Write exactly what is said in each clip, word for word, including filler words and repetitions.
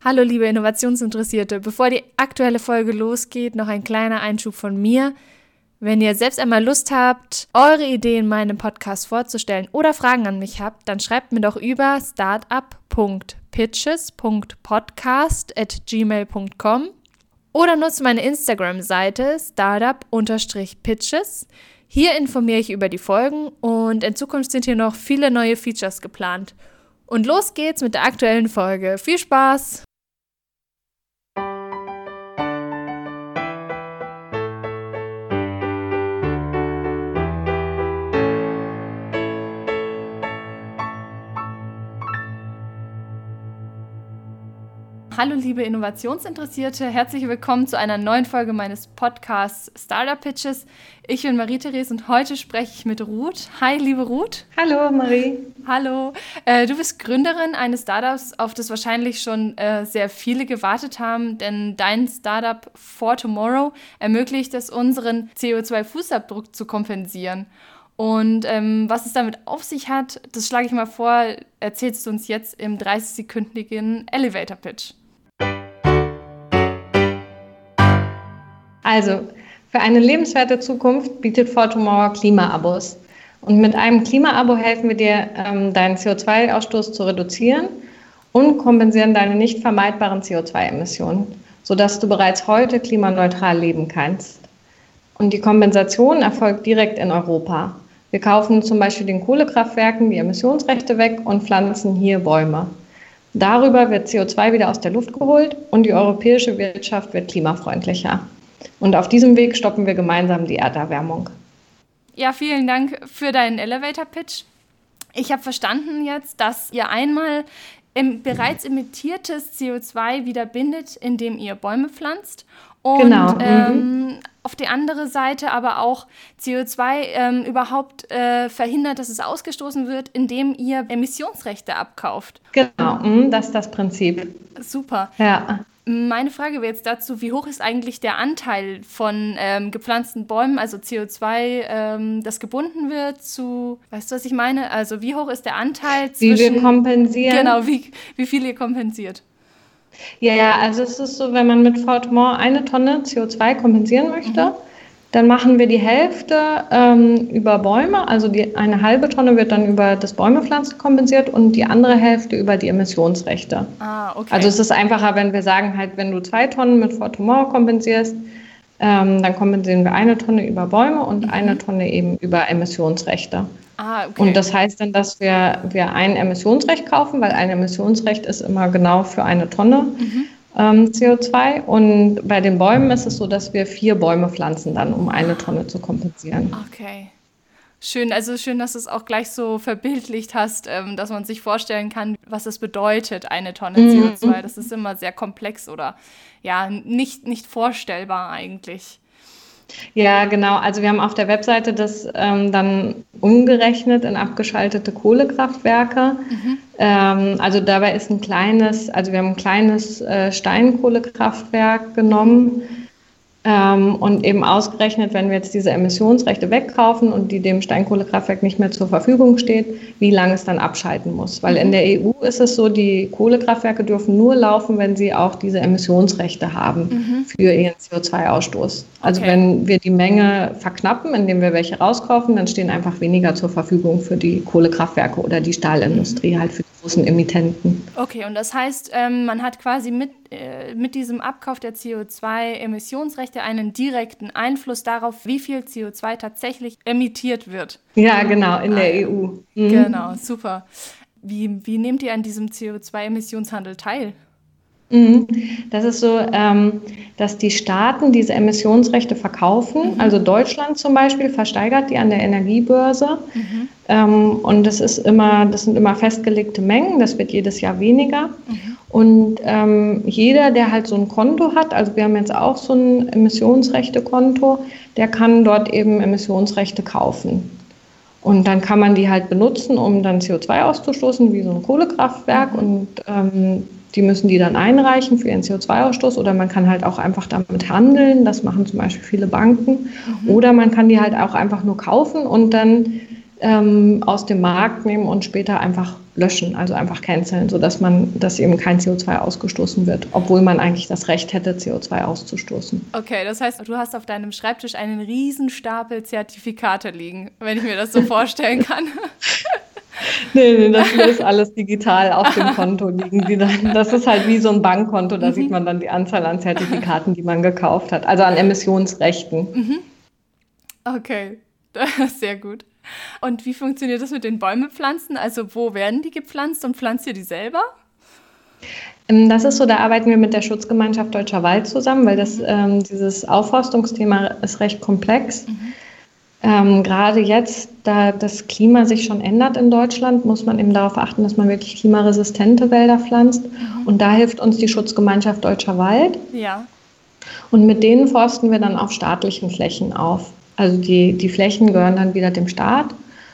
Hallo liebe Innovationsinteressierte, bevor die aktuelle Folge losgeht, noch ein kleiner Einschub von mir. Wenn ihr selbst einmal Lust habt, eure Ideen in meinem Podcast vorzustellen oder Fragen an mich habt, dann schreibt mir doch über startup punkt pitches punkt podcast at gmail punkt com oder nutzt meine Instagram-Seite startup pitches. Hier informiere ich über die Folgen und in Zukunft sind hier noch viele neue Features geplant. Und los geht's mit der aktuellen Folge. Viel Spaß! Hallo liebe Innovationsinteressierte, herzlich willkommen zu einer neuen Folge meines Podcasts Startup Pitches. Ich bin Marie-Therese und heute spreche ich mit Ruth. Hi liebe Ruth. Hallo Marie. Hallo. Äh, du bist Gründerin eines Startups, auf das wahrscheinlich schon äh, sehr viele gewartet haben, denn dein Startup For Tomorrow ermöglicht es, unseren C O zwei Fußabdruck zu kompensieren. Und ähm, was es damit auf sich hat, das schlage ich mal vor, erzählst du uns jetzt im dreißig-sekündigen Elevator Pitch. Also, für eine lebenswerte Zukunft bietet For Tomorrow Klima-Abos. Und mit einem Klima-Abo helfen wir dir, ähm, deinen C O zwei Ausstoß zu reduzieren und kompensieren deine nicht vermeidbaren C O zwei Emissionen, sodass du bereits heute klimaneutral leben kannst. Und die Kompensation erfolgt direkt in Europa. Wir kaufen zum Beispiel den Kohlekraftwerken die Emissionsrechte weg und pflanzen hier Bäume. Darüber wird C O zwei wieder aus der Luft geholt und die europäische Wirtschaft wird klimafreundlicher. Und auf diesem Weg stoppen wir gemeinsam die Erderwärmung. Ja, vielen Dank für deinen Elevator-Pitch. Ich habe verstanden jetzt, dass ihr einmal im bereits emittiertes C O zwei wieder bindet, indem ihr Bäume pflanzt. Und genau. ähm, mhm. auf die andere Seite aber auch C O zwei ähm, überhaupt äh, verhindert, dass es ausgestoßen wird, indem ihr Emissionsrechte abkauft. Genau, mhm, das ist das Prinzip. Super. Ja. Meine Frage wäre jetzt dazu, wie hoch ist eigentlich der Anteil von ähm, gepflanzten Bäumen, also C O zwei, ähm, das gebunden wird zu, weißt du, was ich meine? Also wie hoch ist der Anteil zwischen... Wie wir kompensieren. Genau, wie, wie viel ihr kompensiert. Ja, ja, also es ist so, wenn man mit For Tomorrow eine Tonne C O zwei kompensieren möchte, mhm. dann machen wir die Hälfte ähm, über Bäume, also die, eine halbe Tonne wird dann über das Bäumepflanzen kompensiert und die andere Hälfte über die Emissionsrechte. Ah, okay. Also es ist einfacher, wenn wir sagen, halt, wenn du zwei Tonnen mit For Tomorrow kompensierst, ähm, dann kompensieren wir eine Tonne über Bäume und mhm. eine Tonne eben über Emissionsrechte. Ah, okay. Und das heißt dann, dass wir, wir ein Emissionsrecht kaufen, weil ein Emissionsrecht ist immer genau für eine Tonne mhm. ähm, C O zwei. Und bei den Bäumen ist es so, dass wir vier Bäume pflanzen dann, um eine Tonne zu kompensieren. Okay. Schön, also schön, dass du es auch gleich so verbildlicht hast, ähm, dass man sich vorstellen kann, was es bedeutet, eine Tonne mhm. C O zwei. Das ist immer sehr komplex oder ja, nicht, nicht vorstellbar eigentlich. Ja, genau. Also wir haben auf der Webseite das ähm, dann umgerechnet in abgeschaltete Kohlekraftwerke. Mhm. Ähm, also dabei ist ein kleines, also wir haben ein kleines äh, Steinkohlekraftwerk genommen ähm, und eben ausgerechnet, wenn wir jetzt diese Emissionsrechte wegkaufen und die dem Steinkohlekraftwerk nicht mehr zur Verfügung steht, wie lange es dann abschalten muss. Weil mhm. in der E U ist es so, die Kohlekraftwerke dürfen nur laufen, wenn sie auch diese Emissionsrechte haben mhm. für ihren C O zwei Ausstoß. Also okay. wenn wir die Menge verknappen, indem wir welche rauskaufen, dann stehen einfach weniger zur Verfügung für die Kohlekraftwerke oder die Stahlindustrie, halt für die großen Emittenten. Okay, und das heißt, ähm, man hat quasi mit, äh, mit diesem Abkauf der C O zwei Emissionsrechte einen direkten Einfluss darauf, wie viel C O zwei tatsächlich emittiert wird. Ja, genau, in der ah, E U. Mhm. Genau, super. Wie, wie nehmt ihr an diesem C O zwei Emissionshandel teil? Das ist so, ähm, dass die Staaten diese Emissionsrechte verkaufen. Mhm. Also Deutschland zum Beispiel versteigert die an der Energiebörse. Mhm. Ähm, und das ist immer, das sind immer festgelegte Mengen. Das wird jedes Jahr weniger. Mhm. Und ähm, jeder, der halt so ein Konto hat, also wir haben jetzt auch so ein Emissionsrechte-Konto, der kann dort eben Emissionsrechte kaufen. Und dann kann man die halt benutzen, um dann C O zwei auszustoßen, wie so ein Kohlekraftwerk. Mhm. Und ähm, die müssen die dann einreichen für ihren C O zwei Ausstoß oder man kann halt auch einfach damit handeln. Das machen zum Beispiel viele Banken. Mhm. Oder man kann die halt auch einfach nur kaufen und dann ähm, aus dem Markt nehmen und später einfach löschen, also einfach canceln, sodass man, dass eben kein C O zwei ausgestoßen wird, obwohl man eigentlich das Recht hätte, C O zwei auszustoßen. Okay, das heißt, du hast auf deinem Schreibtisch einen riesen Stapel Zertifikate liegen, wenn ich mir das so vorstellen kann. Nee, nee, das ist alles digital auf dem Konto liegen. Die dann, das ist halt wie so ein Bankkonto, da mhm. sieht man dann die Anzahl an Zertifikaten, die man gekauft hat, also an Emissionsrechten. Mhm. Okay, das ist sehr gut. Und wie funktioniert das mit den Bäumepflanzen? Also wo werden die gepflanzt und pflanzt ihr die selber? Das ist so, da arbeiten wir mit der Schutzgemeinschaft Deutscher Wald zusammen, weil das, ähm, dieses Aufforstungsthema ist recht komplex. Mhm. Ähm, gerade jetzt, da das Klima sich schon ändert in Deutschland, muss man eben darauf achten, dass man wirklich klimaresistente Wälder pflanzt. Mhm. Und da hilft uns die Schutzgemeinschaft Deutscher Wald. Ja. Und mit denen forsten wir dann auf staatlichen Flächen auf. Also die, die Flächen gehören dann wieder dem Staat.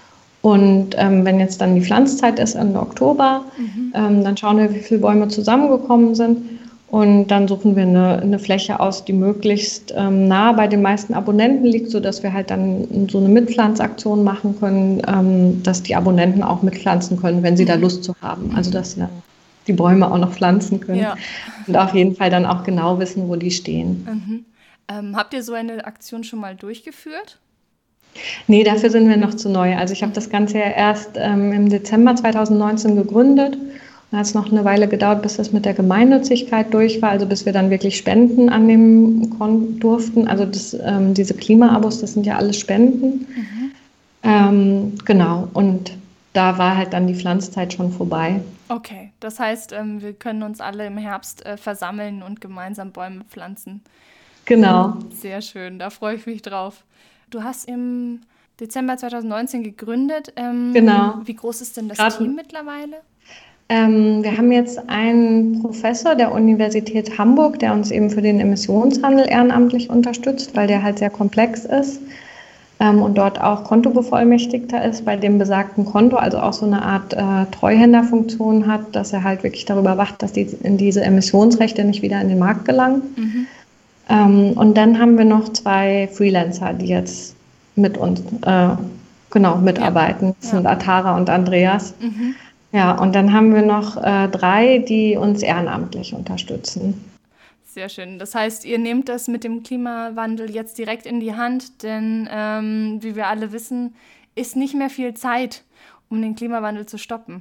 Und ähm, wenn jetzt dann die Pflanzzeit ist, Ende Oktober, mhm. ähm, dann schauen wir, wie viele Bäume zusammengekommen sind. Und dann suchen wir eine, eine Fläche aus, die möglichst ähm, nah bei den meisten Abonnenten liegt, sodass wir halt dann so eine Mitpflanzaktion machen können, ähm, dass die Abonnenten auch mitpflanzen können, wenn sie mhm. da Lust zu haben. Also dass sie die Bäume auch noch pflanzen können. Ja. Und auf jeden Fall dann auch genau wissen, wo die stehen. Mhm. Ähm, habt ihr so eine Aktion schon mal durchgeführt? Nee, dafür sind wir noch zu neu. Also ich habe das Ganze ja erst ähm, im Dezember zweitausendneunzehn gegründet. Dann hat es noch eine Weile gedauert, bis das mit der Gemeinnützigkeit durch war, also bis wir dann wirklich Spenden annehmen kon- durften. Also das, ähm, diese Klimaabos, das sind ja alles Spenden. Mhm. Ähm, genau, und da war halt dann die Pflanzzeit schon vorbei. Okay, das heißt, ähm, wir können uns alle im Herbst äh, versammeln und gemeinsam Bäume pflanzen. Genau. Sehr schön, da freue ich mich drauf. Du hast im Dezember zweitausendneunzehn gegründet. Ähm, genau. Wie groß ist denn das Grad, Team mittlerweile? Ähm, wir haben jetzt einen Professor der Universität Hamburg, der uns eben für den Emissionshandel ehrenamtlich unterstützt, weil der halt sehr komplex ist ähm, und dort auch Kontobevollmächtigter ist bei dem besagten Konto, also auch so eine Art äh, Treuhänderfunktion hat, dass er halt wirklich darüber wacht, dass die, in diese Emissionsrechte nicht wieder in den Markt gelangen. Mhm. Ähm, und dann haben wir noch zwei Freelancer, die jetzt mit uns äh, genau mitarbeiten. Ja. Das sind ja. Atara und Andreas. Mhm. Ja, und dann haben wir noch äh, drei, die uns ehrenamtlich unterstützen. Sehr schön. Das heißt, ihr nehmt das mit dem Klimawandel jetzt direkt in die Hand, denn ähm, wie wir alle wissen, ist nicht mehr viel Zeit, um den Klimawandel zu stoppen.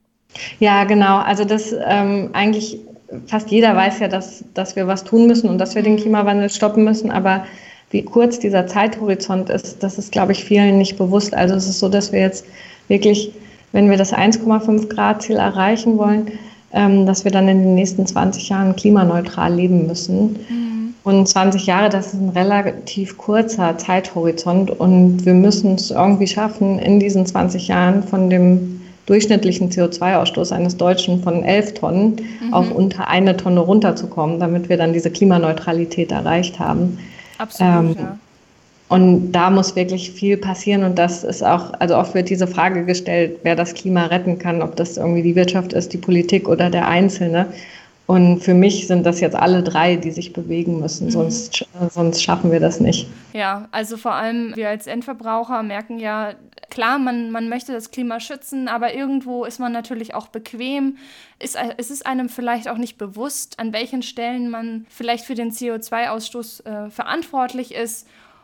Ja, genau. Also das ähm, eigentlich fast jeder weiß ja, dass, dass wir was tun müssen und dass wir den Klimawandel stoppen müssen, aber wie kurz dieser Zeithorizont ist, das ist, glaube ich, vielen nicht bewusst. Also es ist so, dass wir jetzt wirklich, wenn wir das eins Komma fünf Grad Ziel erreichen wollen, ähm, dass wir dann in den nächsten zwanzig Jahren klimaneutral leben müssen. Mhm. Und zwanzig Jahre, das ist ein relativ kurzer Zeithorizont und wir müssen es irgendwie schaffen, in diesen zwanzig Jahren von dem durchschnittlichen C O zwei Ausstoß eines Deutschen von elf Tonnen mhm. auf unter eine Tonne runterzukommen, damit wir dann diese Klimaneutralität erreicht haben. Absolut, ähm, ja. Und da muss wirklich viel passieren und das ist auch, also oft wird diese Frage gestellt, wer das Klima retten kann, ob das irgendwie die Wirtschaft ist, die Politik oder der Einzelne. Und für mich sind das jetzt alle drei, die sich bewegen müssen, mhm. sonst, sonst schaffen wir das nicht. Ja, also vor allem wir als Endverbraucher merken ja, klar, man, man möchte das Klima schützen, aber irgendwo ist man natürlich auch bequem. Ist, es ist einem vielleicht auch nicht bewusst, an welchen Stellen man vielleicht für den C O zwei Ausstoß äh, verantwortlich ist.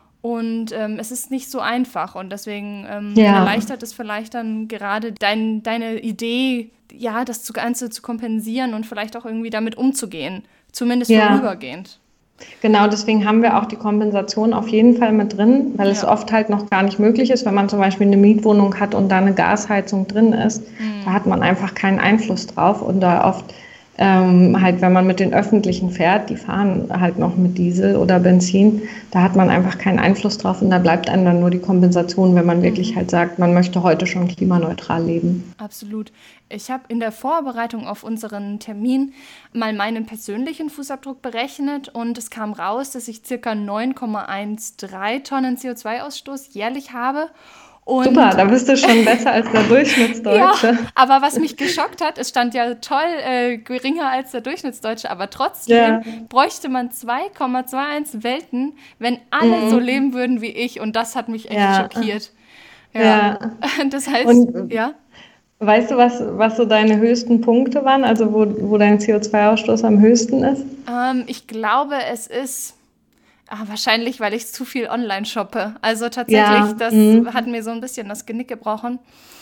Und ähm, es ist nicht so einfach und deswegen ähm, ja. erleichtert es vielleicht dann gerade dein, deine Idee, ja, das Ganze zu kompensieren und vielleicht auch irgendwie damit umzugehen, zumindest ja. vorübergehend. Genau, deswegen haben wir auch die Kompensation auf jeden Fall mit drin, weil ja. es oft halt noch gar nicht möglich ist, wenn man zum Beispiel eine Mietwohnung hat und da eine Gasheizung drin ist, mhm. da hat man einfach keinen Einfluss drauf und da oft Ähm, halt, wenn man mit den Öffentlichen fährt, die fahren halt noch mit Diesel oder Benzin, da hat man einfach keinen Einfluss drauf und da bleibt einem dann nur die Kompensation, wenn man wirklich halt sagt, man möchte heute schon klimaneutral leben. Absolut. Ich habe in der Vorbereitung auf unseren Termin mal meinen persönlichen Fußabdruck berechnet und es kam raus, dass ich ca. neun Komma dreizehn Tonnen C O zwei Ausstoß jährlich habe. Und super, da bist du schon besser als der Durchschnittsdeutsche. Ja, aber was mich geschockt hat, es stand ja toll äh, geringer als der Durchschnittsdeutsche, aber trotzdem ja. bräuchte man zwei Komma einundzwanzig Welten, wenn alle mhm. so leben würden wie ich und das hat mich echt ja. schockiert. Ja. ja. Das heißt, und, ja. Weißt du, was, was so deine höchsten Punkte waren, also wo, wo dein C O zwei Ausstoß am höchsten ist? Ähm, ich glaube, es ist ah, wahrscheinlich, weil ich zu viel online shoppe. Also tatsächlich, Ja, das mhm. hat mir so ein bisschen das Genick gebrochen.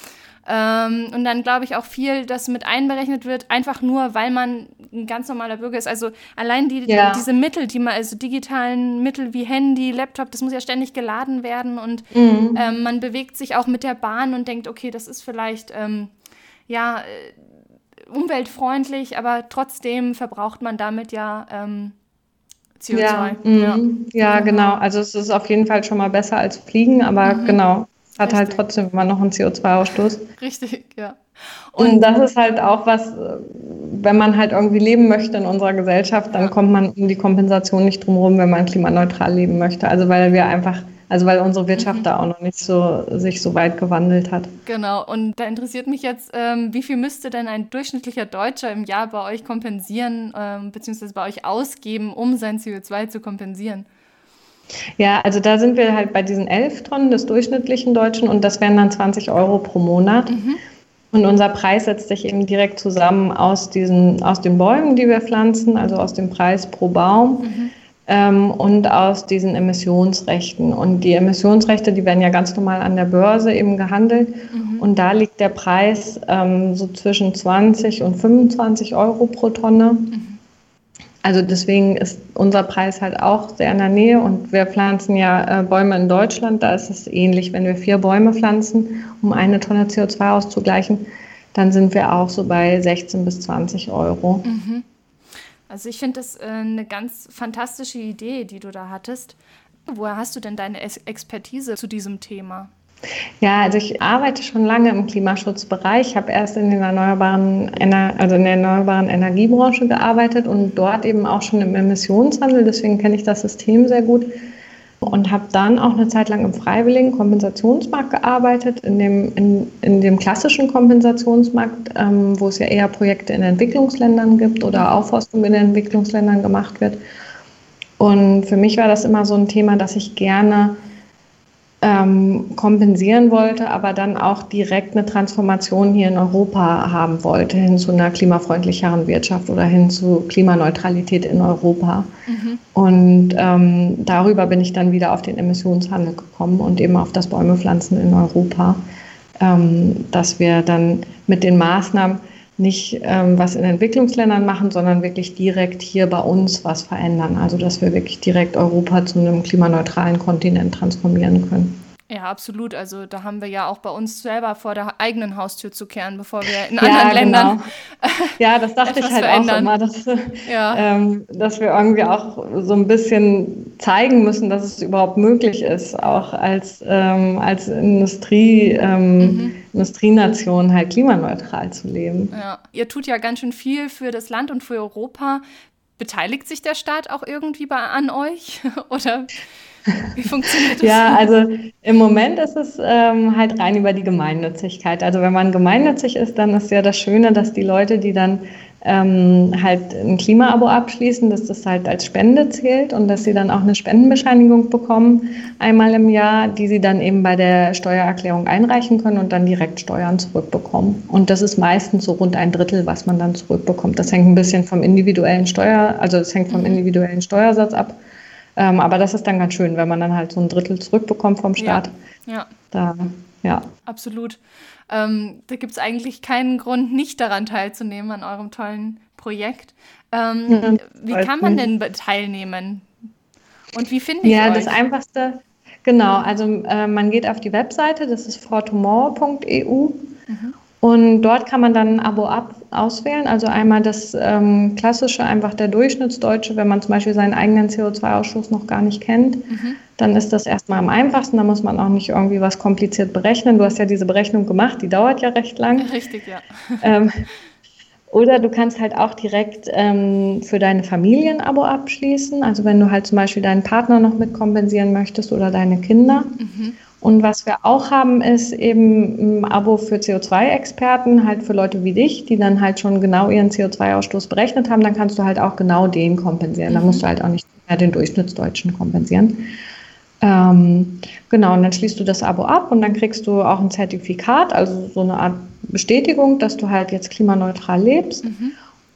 Ähm, und dann glaube ich auch viel, das mit einberechnet wird, einfach nur, weil man ein ganz normaler Bürger ist. Also allein die, Ja. diese Mittel, die man, also digitalen Mittel wie Handy, Laptop, das muss ja ständig geladen werden und Mhm. ähm, man bewegt sich auch mit der Bahn und denkt, okay, das ist vielleicht ähm, ja äh, umweltfreundlich, aber trotzdem verbraucht man damit ja ähm, C O zwei. Ja, mhm. Ja, genau. Also es ist auf jeden Fall schon mal besser als Fliegen, aber genau, es hat halt Richtig. trotzdem immer noch einen C O zwei Ausstoß. Richtig, ja. Und das ist halt auch was, äh, wenn man halt irgendwie leben möchte in unserer Gesellschaft, dann Ja. kommt man um die Kompensation nicht drum rum, wenn man klimaneutral leben möchte. Also weil wir einfach, also weil unsere Wirtschaft da auch noch nicht so sich so weit gewandelt hat. Genau, und da interessiert mich jetzt, ähm, wie viel müsste denn ein durchschnittlicher Deutscher im Jahr bei euch kompensieren, ähm, beziehungsweise bei euch ausgeben, um sein C O zwei zu kompensieren? Ja, also da sind wir halt bei diesen elf Tonnen des durchschnittlichen Deutschen und das wären dann zwanzig Euro pro Monat. Und unser Preis setzt sich eben direkt zusammen aus diesen, aus den Bäumen, die wir pflanzen, also aus dem Preis pro Baum ähm, und aus diesen Emissionsrechten. Und die Emissionsrechte, die werden ja ganz normal an der Börse eben gehandelt. Und da liegt der Preis ähm, so zwischen zwanzig und fünfundzwanzig Euro pro Tonne. Also deswegen ist unser Preis halt auch sehr in der Nähe und wir pflanzen ja äh, Bäume in Deutschland, da ist es ähnlich, wenn wir vier Bäume pflanzen, um eine Tonne C O zwei auszugleichen, dann sind wir auch so bei sechzehn bis zwanzig Euro. Also ich finde das äh, eine ganz fantastische Idee, die du da hattest. Woher hast du denn deine Es- Expertise zu diesem Thema? Ja, also ich arbeite schon lange im Klimaschutzbereich. Ich habe erst in den erneuerbaren, Ener- also in der erneuerbaren Energiebranche gearbeitet und dort eben auch schon im Emissionshandel. Deswegen kenne ich das System sehr gut und habe dann auch eine Zeit lang im freiwilligen Kompensationsmarkt gearbeitet, in dem, in, in dem klassischen Kompensationsmarkt, ähm, wo es ja eher Projekte in Entwicklungsländern gibt oder Aufforstung in Entwicklungsländern gemacht wird. Und für mich war das immer so ein Thema, dass ich gerne ähm, kompensieren wollte, aber dann auch direkt eine Transformation hier in Europa haben wollte, hin zu einer klimafreundlicheren Wirtschaft oder hin zu Klimaneutralität in Europa. Und ähm, darüber bin ich dann wieder auf den Emissionshandel gekommen und eben auf das Bäumepflanzen in Europa, ähm, dass wir dann mit den Maßnahmen nicht ähm, was in Entwicklungsländern machen, sondern wirklich direkt hier bei uns was verändern. Also dass wir wirklich direkt Europa zu einem klimaneutralen Kontinent transformieren können. Ja, absolut. Also da haben wir ja auch bei uns selber vor der eigenen Haustür zu kehren, bevor wir in Ja, anderen genau. Ländern Ja, das dachte ich etwas halt verändern. auch immer, dass, Ja. ähm, dass wir irgendwie auch so ein bisschen zeigen müssen, dass es überhaupt möglich ist, auch als, ähm, als Industrie, ähm, Industrienation halt klimaneutral zu leben. Ja. Ihr tut ja ganz schön viel für das Land und für Europa. Beteiligt sich der Staat auch irgendwie bei, an euch? Oder wie funktioniert das? Ja, also im Moment ist es ähm, halt rein über die Gemeinnützigkeit. Also wenn man gemeinnützig ist, dann ist ja das Schöne, dass die Leute, die dann ähm, halt ein Klimaabo abschließen, dass das halt als Spende zählt und dass sie dann auch eine Spendenbescheinigung bekommen, einmal im Jahr, die sie dann eben bei der Steuererklärung einreichen können und dann direkt Steuern zurückbekommen. Und das ist meistens so rund ein Drittel, was man dann zurückbekommt. Das hängt ein bisschen vom individuellen Steuer, also es hängt vom individuellen Steuersatz ab. Ähm, aber das ist dann ganz schön, wenn man dann halt so ein Drittel zurückbekommt vom Staat. Ja, ja. Da, ja. Absolut. Ähm, da gibt es eigentlich keinen Grund, nicht daran teilzunehmen, an eurem tollen Projekt. Ähm, Mhm, wie freut kann man mich. denn be- teilnehmen? Und wie finde ich Ja, euch? das Einfachste, genau, also äh, man geht auf die Webseite, das ist for tomorrow punkt e u und dort kann man dann ein Abo ab auswählen, also einmal das ähm, klassische, einfach der Durchschnittsdeutsche, wenn man zum Beispiel seinen eigenen C O zwei Ausstoß noch gar nicht kennt, dann ist das erstmal am einfachsten, da muss man auch nicht irgendwie was kompliziert berechnen. Du hast ja diese Berechnung gemacht, die dauert ja recht lang. Richtig, ja. Ähm, Oder du kannst halt auch direkt ähm, für deine Familie ein Abo abschließen. Also wenn du halt zum Beispiel deinen Partner noch mit kompensieren möchtest oder deine Kinder. Und was wir auch haben, ist eben ein Abo für C O zwei Experten, halt für Leute wie dich, die dann halt schon genau ihren C O zwei Ausstoß berechnet haben. Dann kannst du halt auch genau den kompensieren. Da musst du halt auch nicht mehr den Durchschnittsdeutschen kompensieren. Ähm, genau, und dann schließt du das Abo ab und dann kriegst du auch ein Zertifikat, also so eine Art Bestätigung, dass du halt jetzt klimaneutral lebst. Mhm.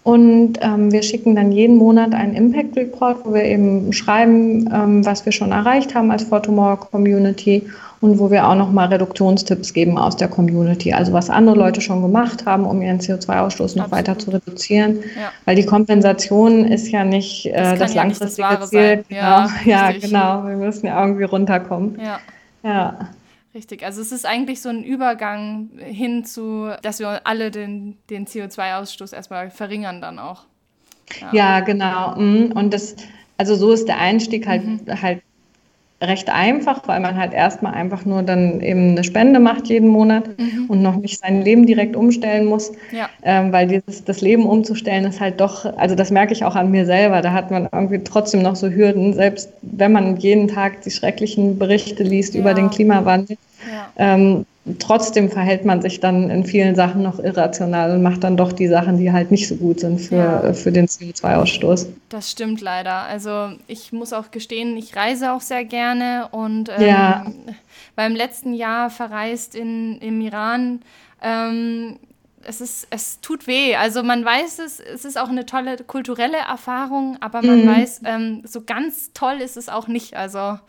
Und ähm, wir schicken dann jeden Monat einen Impact Report, wo wir eben schreiben, ähm, was wir schon erreicht haben als For Tomorrow Community und wo wir auch nochmal Reduktionstipps geben aus der Community, also was andere Leute schon gemacht haben, um ihren C O zwei Ausstoß noch Absolut. weiter zu reduzieren. Ja. Weil die Kompensation ist ja nicht äh, das, das ja langfristige nicht das Ziel. sein. Genau. Ja, ja, genau. Wir müssen ja irgendwie runterkommen. Ja. Ja. Richtig, also es ist eigentlich so ein Übergang hin zu, dass wir alle den, den C O zwei Ausstoß erstmal verringern dann auch. Ja, ja genau. Und das, also so ist der Einstieg halt, mhm. halt recht einfach, weil man halt erstmal einfach nur dann eben eine Spende macht jeden Monat mhm. und noch nicht sein Leben direkt umstellen muss, ja. ähm, weil dieses, das Leben umzustellen ist halt doch, also das merke ich auch an mir selber, da hat man irgendwie trotzdem noch so Hürden, selbst wenn man jeden Tag die schrecklichen Berichte liest ja. über den Klimawandel, ja. ähm, trotzdem verhält man sich dann in vielen Sachen noch irrational und macht dann doch die Sachen, die halt nicht so gut sind für, ja. für den C O zwei Ausstoß. Das stimmt leider. Also ich muss auch gestehen, ich reise auch sehr gerne und ähm, ja. beim letzten Jahr verreist in, im Iran. Ähm, es ist, es tut weh. Also man weiß es, es ist auch eine tolle kulturelle Erfahrung, aber man mhm. weiß, ähm, so ganz toll ist es auch nicht. Also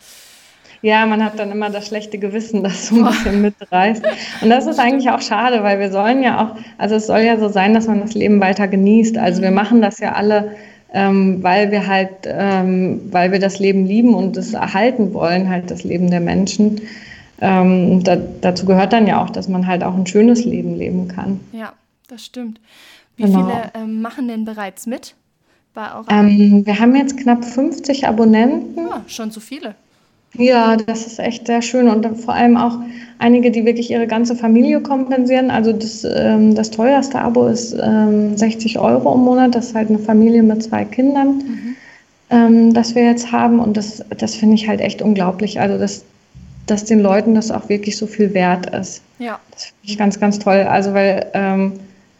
ja, man hat dann immer das schlechte Gewissen, das so ein bisschen mitreißt. Und das ist eigentlich auch schade, weil wir sollen ja auch, also es soll ja so sein, dass man das Leben weiter genießt. Also wir machen das ja alle, ähm, weil wir halt, ähm, weil wir das Leben lieben und es erhalten wollen, halt das Leben der Menschen. Ähm, da, dazu gehört dann ja auch, dass man halt auch ein schönes Leben leben kann. Ja, das stimmt. Wie genau. viele ähm, machen denn bereits mit? Bei eurer ähm, wir haben jetzt knapp fünfzig Abonnenten. Ja, schon so viele. Ja, das ist echt sehr schön und vor allem auch einige, die wirklich ihre ganze Familie kompensieren. Also das, ähm, das teuerste Abo ist ähm, sechzig Euro im Monat. Das ist halt eine Familie mit zwei Kindern, mhm. ähm, das wir jetzt haben und das, das finde ich halt echt unglaublich. Also dass, dass den Leuten das auch wirklich so viel wert ist. Ja. Das finde ich ganz, ganz toll. Also weil, ähm,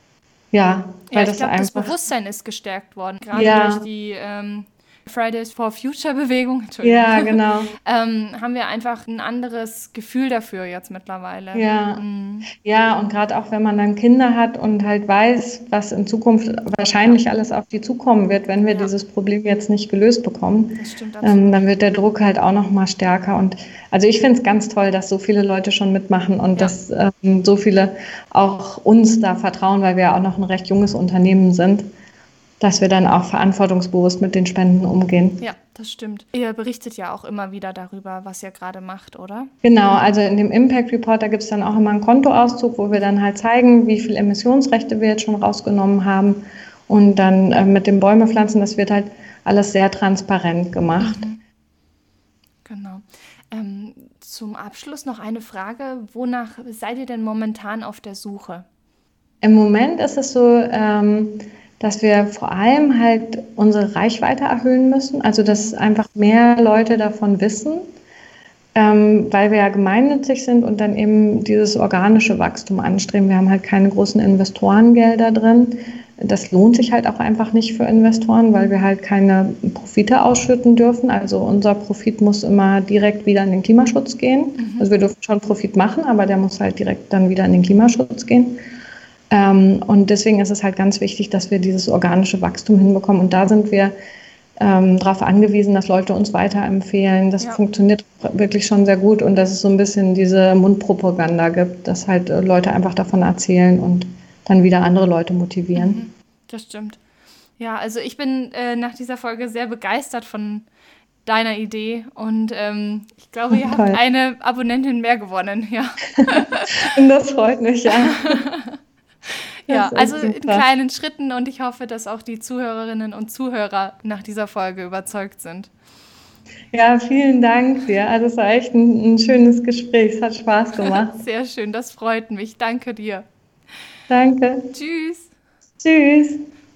ja, weil ja, das ich glaube, einfach... das Bewusstsein ist gestärkt worden, gerade ja. durch die... Ähm Fridays for Future Bewegung, ja, genau. ähm, haben wir einfach ein anderes Gefühl dafür jetzt mittlerweile. Ja, mhm. ja und gerade auch wenn man dann Kinder hat und halt weiß, was in Zukunft wahrscheinlich ja. alles auf die zukommen wird, wenn wir ja. dieses Problem jetzt nicht gelöst bekommen, das stimmt ähm, dann wird der Druck halt auch noch mal stärker. Und also ich finde es ganz toll, dass so viele Leute schon mitmachen und ja. dass ähm, so viele auch uns da vertrauen, weil wir ja auch noch ein recht junges Unternehmen sind, dass wir dann auch verantwortungsbewusst mit den Spenden umgehen. Ja, das stimmt. Ihr berichtet ja auch immer wieder darüber, was ihr gerade macht, oder? Genau, also in dem Impact Report, da gibt es dann auch immer einen Kontoauszug, wo wir dann halt zeigen, wie viele Emissionsrechte wir jetzt schon rausgenommen haben und dann äh, mit dem Bäume pflanzen, das wird halt alles sehr transparent gemacht. Mhm. Genau. Ähm, zum Abschluss noch eine Frage, wonach seid ihr denn momentan auf der Suche? Im Moment ist es so, ähm, dass wir vor allem halt unsere Reichweite erhöhen müssen, also dass einfach mehr Leute davon wissen, ähm, weil wir ja gemeinnützig sind und dann eben dieses organische Wachstum anstreben. Wir haben halt keine großen Investorengelder drin. Das lohnt sich halt auch einfach nicht für Investoren, weil wir halt keine Profite ausschütten dürfen. Also unser Profit muss immer direkt wieder in den Klimaschutz gehen. Mhm. Also wir dürfen schon Profit machen, aber der muss halt direkt dann wieder in den Klimaschutz gehen. Ähm, und deswegen ist es halt ganz wichtig, dass wir dieses organische Wachstum hinbekommen. Und da sind wir ähm, darauf angewiesen, dass Leute uns weiterempfehlen. Das ja. funktioniert wirklich schon sehr gut und dass es so ein bisschen diese Mundpropaganda gibt, dass halt äh, Leute einfach davon erzählen und dann wieder andere Leute motivieren. Mhm, das stimmt. Ja, also ich bin äh, nach dieser Folge sehr begeistert von deiner Idee und ähm, ich glaube, ihr Toll. habt eine Abonnentin mehr gewonnen. Ja. Und das freut mich, ja. Ja, also in kleinen Schritten und ich hoffe, dass auch die Zuhörerinnen und Zuhörer nach dieser Folge überzeugt sind. Ja, vielen Dank dir. Also es war echt ein, ein schönes Gespräch. Es hat Spaß gemacht. Sehr schön, das freut mich. Danke dir. Danke. Tschüss. Tschüss.